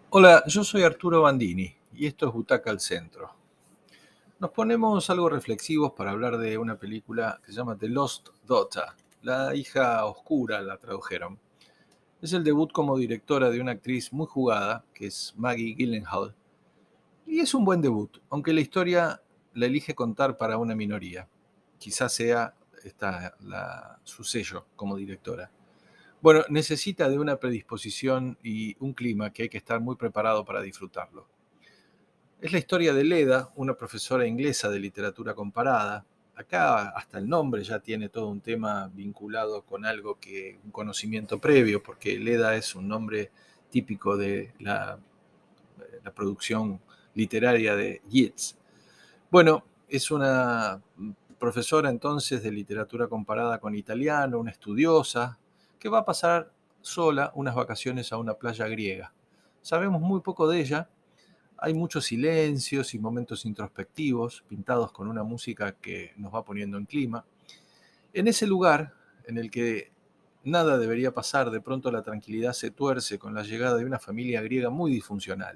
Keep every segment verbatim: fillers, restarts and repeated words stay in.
Hola, yo soy Arturo Bandini y esto es Butaca al Centro. Nos ponemos algo reflexivos para hablar de una película que se llama The Lost Daughter, la hija oscura la tradujeron. Es el debut como directora de una actriz muy jugada, que es Maggie Gyllenhaal, y es un buen debut, aunque la historia la elige contar para una minoría. Quizás sea esta la, su sello como directora. Bueno, necesita de una predisposición y un clima que hay que estar muy preparado para disfrutarlo. Es la historia de Leda, una profesora inglesa de literatura comparada. Acá hasta el nombre ya tiene todo un tema vinculado con algo que un conocimiento previo, porque Leda es un nombre típico de la, la producción literaria de Yeats. Bueno, es una profesora entonces de literatura comparada con italiano, una estudiosa, que va a pasar sola unas vacaciones a una playa griega. Sabemos muy poco de ella. Hay muchos silencios y momentos introspectivos, pintados con una música que nos va poniendo en clima. En ese lugar, en el que nada debería pasar, de pronto la tranquilidad se tuerce con la llegada de una familia griega muy disfuncional,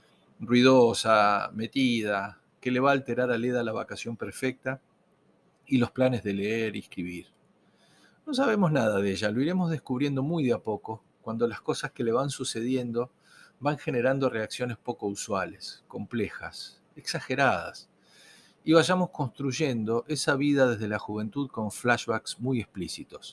ruidosa, metida, que le va a alterar a Leda la vacación perfecta y los planes de leer y escribir. No sabemos nada de ella, lo iremos descubriendo muy de a poco, cuando las cosas que le van sucediendo van generando reacciones poco usuales, complejas, exageradas, y vayamos construyendo esa vida desde la juventud con flashbacks muy explícitos.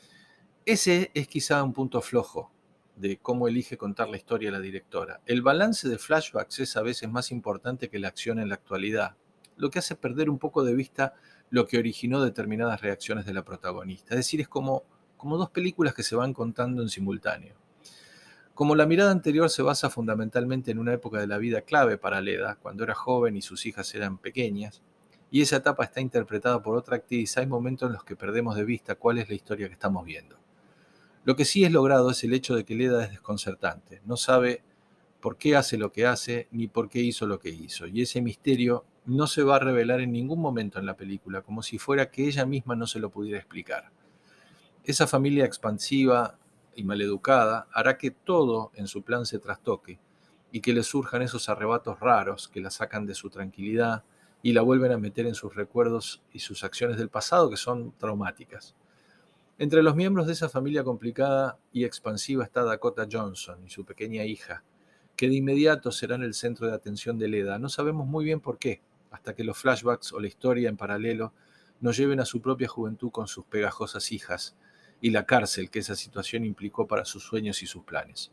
Ese es quizá un punto flojo de cómo elige contar la historia la directora. El balance de flashbacks es a veces más importante que la acción en la actualidad, lo que hace perder un poco de vista lo que originó determinadas reacciones de la protagonista. Es decir, es como, como dos películas que se van contando en simultáneo. Como la mirada anterior se basa fundamentalmente en una época de la vida clave para Leda, cuando era joven y sus hijas eran pequeñas, y esa etapa está interpretada por otra actriz, hay momentos en los que perdemos de vista cuál es la historia que estamos viendo. Lo que sí es logrado es el hecho de que Leda es desconcertante, no sabe por qué hace lo que hace ni por qué hizo lo que hizo, y ese misterio no se va a revelar en ningún momento en la película, como si fuera que ella misma no se lo pudiera explicar. Esa familia expansiva y maleducada hará que todo en su plan se trastoque y que le surjan esos arrebatos raros que la sacan de su tranquilidad y la vuelven a meter en sus recuerdos y sus acciones del pasado que son traumáticas. Entre los miembros de esa familia complicada y expansiva está Dakota Johnson y su pequeña hija, que de inmediato serán el centro de atención de Leda. No sabemos muy bien por qué, hasta que los flashbacks o la historia en paralelo nos lleven a su propia juventud con sus pegajosas hijas y la cárcel que esa situación implicó para sus sueños y sus planes.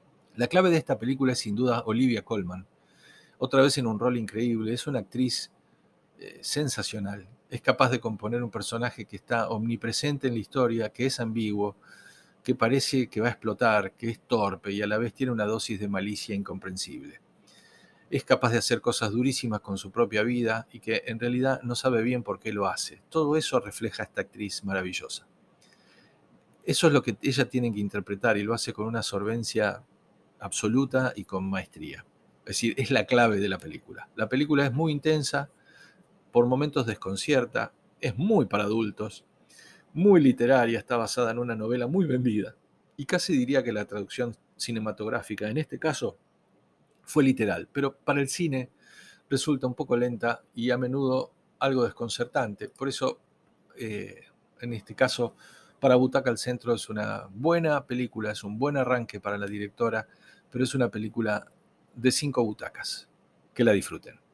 La clave de esta película es sin duda Olivia Colman, otra vez en un rol increíble. Es una actriz eh, sensacional. Es capaz de componer un personaje que está omnipresente en la historia, que es ambiguo, que parece que va a explotar, que es torpe y a la vez tiene una dosis de malicia incomprensible. Es capaz de hacer cosas durísimas con su propia vida y que en realidad no sabe bien por qué lo hace. Todo eso refleja a esta actriz maravillosa. Eso es lo que ella tiene que interpretar y lo hace con una solvencia absoluta y con maestría. Es decir, es la clave de la película. La película es muy intensa, por momentos desconcierta, es muy para adultos, muy literaria, está basada en una novela muy vendida. Y casi diría que la traducción cinematográfica en este caso fue literal, pero para el cine resulta un poco lenta y a menudo algo desconcertante. Por eso, eh, en este caso, para Butaca al Centro es una buena película, es un buen arranque para la directora, pero es una película de cinco butacas. Que la disfruten.